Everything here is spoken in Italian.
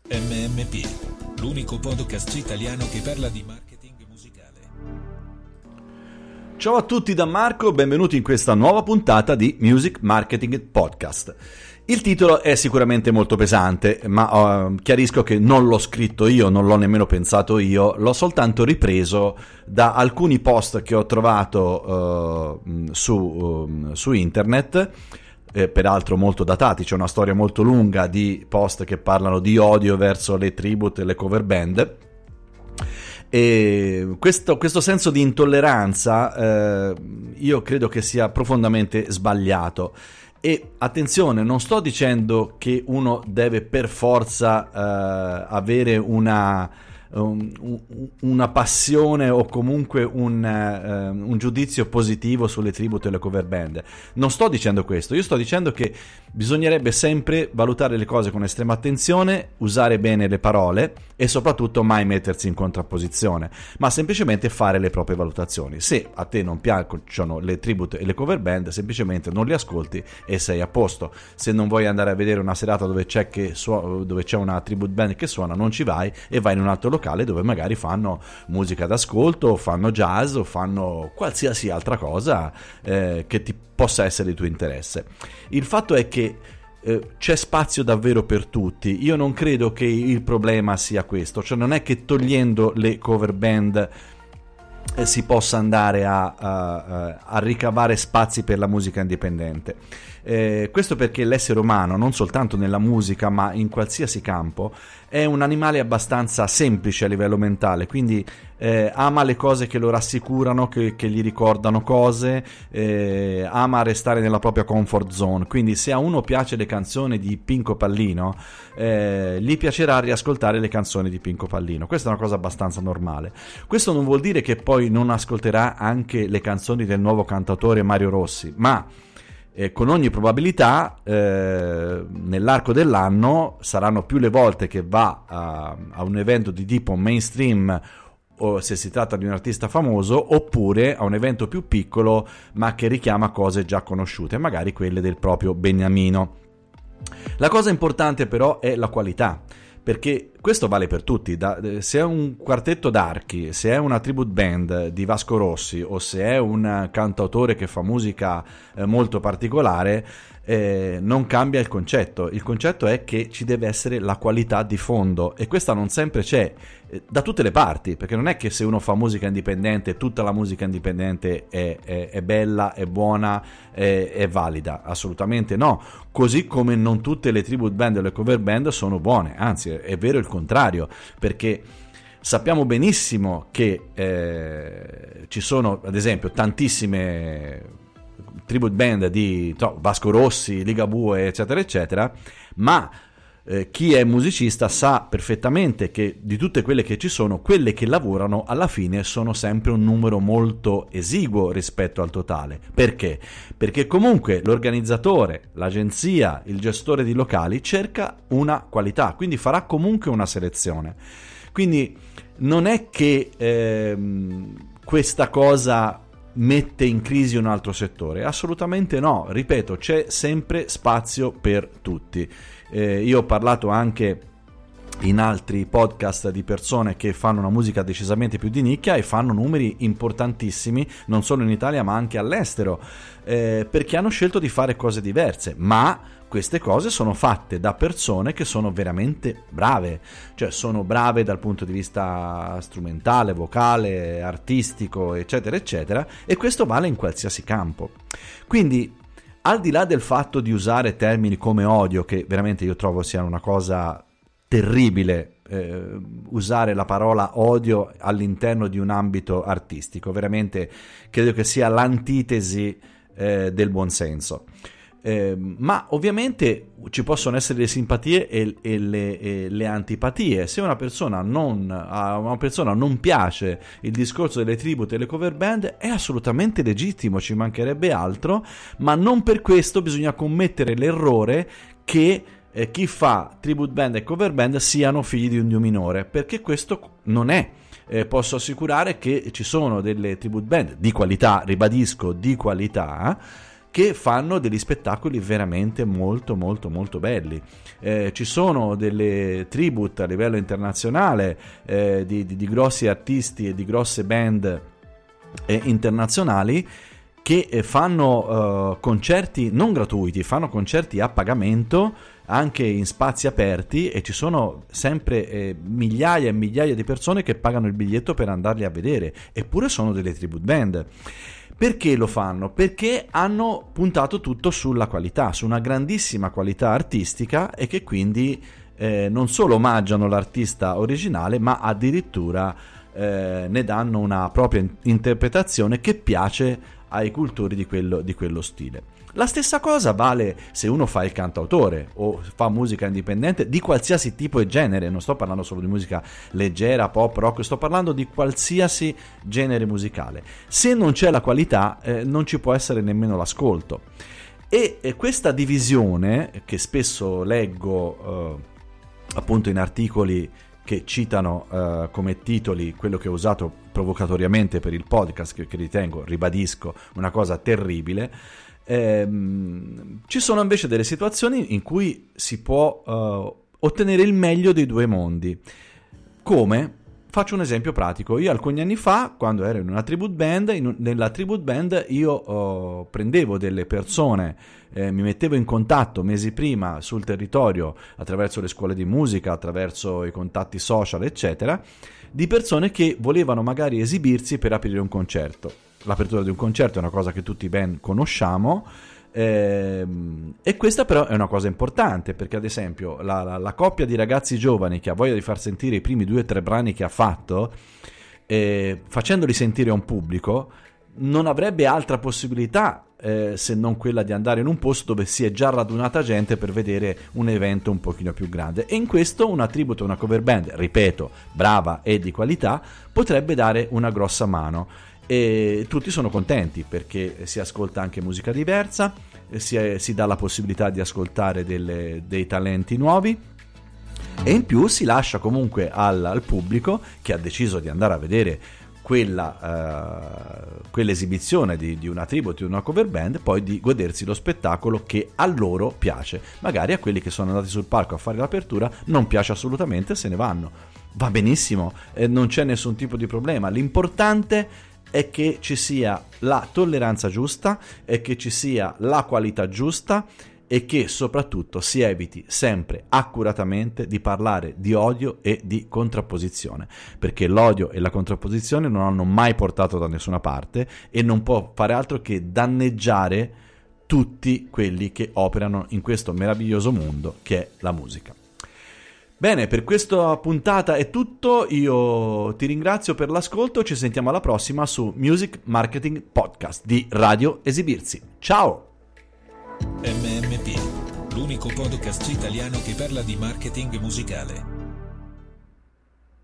MMP, l'unico podcast italiano che parla di marketing musicale. Ciao a tutti da Marco, benvenuti in questa nuova puntata di Music Marketing Podcast. Il titolo è sicuramente molto pesante, ma chiarisco che non l'ho scritto io, non l'ho nemmeno pensato io, l'ho soltanto ripreso da alcuni post che ho trovato su internet, peraltro molto datati. C'è una storia molto lunga di post che parlano di odio verso le tribute e le cover band. E questo senso di intolleranza io credo che sia profondamente sbagliato. E attenzione, non sto dicendo che uno deve per forza avere una passione o comunque un giudizio positivo sulle tribute e le cover band. Non sto dicendo questo, io sto dicendo che bisognerebbe sempre valutare le cose con estrema attenzione, usare bene le parole e soprattutto mai mettersi in contrapposizione, ma semplicemente fare le proprie valutazioni. Se a te non piacciono le tribute e le cover band, semplicemente non li ascolti e sei a posto. Se non vuoi andare a vedere una serata dove c'è una tribute band che suona, non ci vai e vai in un altro locale dove magari fanno musica d'ascolto, fanno jazz o fanno qualsiasi altra cosa che ti possa essere di tuo interesse. Il fatto è che c'è spazio davvero per tutti. Io non credo che il problema sia questo, cioè non è che togliendo le cover band si possa andare a ricavare spazi per la musica indipendente. Questo perché l'essere umano, non soltanto nella musica ma in qualsiasi campo, è un animale abbastanza semplice a livello mentale, quindi ama le cose che lo rassicurano, che gli ricordano cose, ama restare nella propria comfort zone. Quindi se a uno piace le canzoni di Pinco Pallino, gli piacerà riascoltare le canzoni di Pinco Pallino. Questa è una cosa abbastanza normale. Questo non vuol dire che poi non ascolterà anche le canzoni del nuovo cantautore Mario Rossi, ma con ogni probabilità nell'arco dell'anno saranno più le volte che va a un evento di tipo mainstream, o se si tratta di un artista famoso, oppure a un evento più piccolo ma che richiama cose già conosciute, magari quelle del proprio beniamino. La cosa importante però è la qualità, perché questo vale per tutti. Se è un quartetto d'archi, se è una tribute band di Vasco Rossi o se è un cantautore che fa musica molto particolare, non cambia il concetto. Il concetto è che ci deve essere la qualità di fondo, e questa non sempre c'è da tutte le parti, perché non è che se uno fa musica indipendente tutta la musica indipendente è bella, è buona, è valida. Assolutamente no. Così come non tutte le tribute band o le cover band sono buone, anzi è vero il contrario, perché sappiamo benissimo che ci sono ad esempio tantissime tribute band di Vasco Rossi, Ligabue, eccetera eccetera, ma chi è musicista sa perfettamente che di tutte quelle che ci sono, quelle che lavorano alla fine sono sempre un numero molto esiguo rispetto al totale. Perché? Perché comunque l'organizzatore, l'agenzia, il gestore di locali cerca una qualità, quindi farà comunque una selezione. Quindi non è che questa cosa mette in crisi un altro settore, assolutamente no. Ripeto, c'è sempre spazio per tutti. Io ho parlato anche in altri podcast di persone che fanno una musica decisamente più di nicchia e fanno numeri importantissimi non solo in Italia ma anche all'estero, perché hanno scelto di fare cose diverse, ma queste cose sono fatte da persone che sono veramente brave, cioè sono brave dal punto di vista strumentale, vocale, artistico, eccetera eccetera, e questo vale in qualsiasi campo. Quindi al di là del fatto di usare termini come odio, che veramente io trovo siano una cosa terribile, usare la parola odio all'interno di un ambito artistico, veramente credo che sia l'antitesi del buonsenso. Ma ovviamente ci possono essere le simpatie e le antipatie. Se a una persona non piace il discorso delle tribute e le cover band, è assolutamente legittimo, ci mancherebbe altro, ma non per questo bisogna commettere l'errore che chi fa tribute band e cover band siano figli di un dio minore, perché questo non è. Posso assicurare che ci sono delle tribute band di qualità, ribadisco, di qualità, che fanno degli spettacoli veramente molto molto molto belli. Ci sono delle tribute a livello internazionale di grossi artisti e di grosse band internazionali che fanno concerti non gratuiti, fanno concerti a pagamento anche in spazi aperti, e ci sono sempre migliaia e migliaia di persone che pagano il biglietto per andarli a vedere, eppure sono delle tribute band. Perché lo fanno? Perché hanno puntato tutto sulla qualità, su una grandissima qualità artistica, e che quindi non solo omaggiano l'artista originale, ma addirittura ne danno una propria interpretazione che piace ai cultori di quello stile. La stessa cosa vale se uno fa il cantautore o fa musica indipendente di qualsiasi tipo e genere. Non sto parlando solo di musica leggera, pop, rock, sto parlando di qualsiasi genere musicale. Se non c'è la qualità, non ci può essere nemmeno l'ascolto. E questa divisione, che spesso leggo appunto in articoli che citano come titoli quello che ho usato provocatoriamente per il podcast, che ritengo, ribadisco, una cosa terribile, ci sono invece delle situazioni in cui si può ottenere il meglio dei due mondi. Come? Faccio un esempio pratico. Io alcuni anni fa, quando ero in una tribute band, nella tribute band io prendevo delle persone, mi mettevo in contatto mesi prima sul territorio attraverso le scuole di musica, attraverso i contatti social, eccetera, di persone che volevano magari esibirsi per aprire un concerto. L'apertura di un concerto è una cosa che tutti ben conosciamo, e questa però è una cosa importante, perché ad esempio la coppia di ragazzi giovani che ha voglia di far sentire i primi 2 o 3 brani che ha fatto, facendoli sentire a un pubblico, non avrebbe altra possibilità se non quella di andare in un posto dove si è già radunata gente per vedere un evento un pochino più grande. E in questo una tribute, una cover band, ripeto, brava e di qualità, potrebbe dare una grossa mano. E tutti sono contenti perché si ascolta anche musica diversa, si dà la possibilità di ascoltare dei talenti nuovi, e in più si lascia comunque al pubblico che ha deciso di andare a vedere quell'esibizione di una tribute, di una cover band, poi di godersi lo spettacolo che a loro piace. Magari a quelli che sono andati sul palco a fare l'apertura non piace assolutamente, se ne vanno, va benissimo, non c'è nessun tipo di problema. L'importante è che ci sia la tolleranza giusta, e che ci sia la qualità giusta, e che soprattutto si eviti sempre accuratamente di parlare di odio e di contrapposizione, perché l'odio e la contrapposizione non hanno mai portato da nessuna parte e non può fare altro che danneggiare tutti quelli che operano in questo meraviglioso mondo che è la musica. Bene, per questa puntata è tutto, io ti ringrazio per l'ascolto, ci sentiamo alla prossima su Music Marketing Podcast di Radio Esibirsi. Ciao! MMP, l'unico podcast italiano che parla di marketing musicale.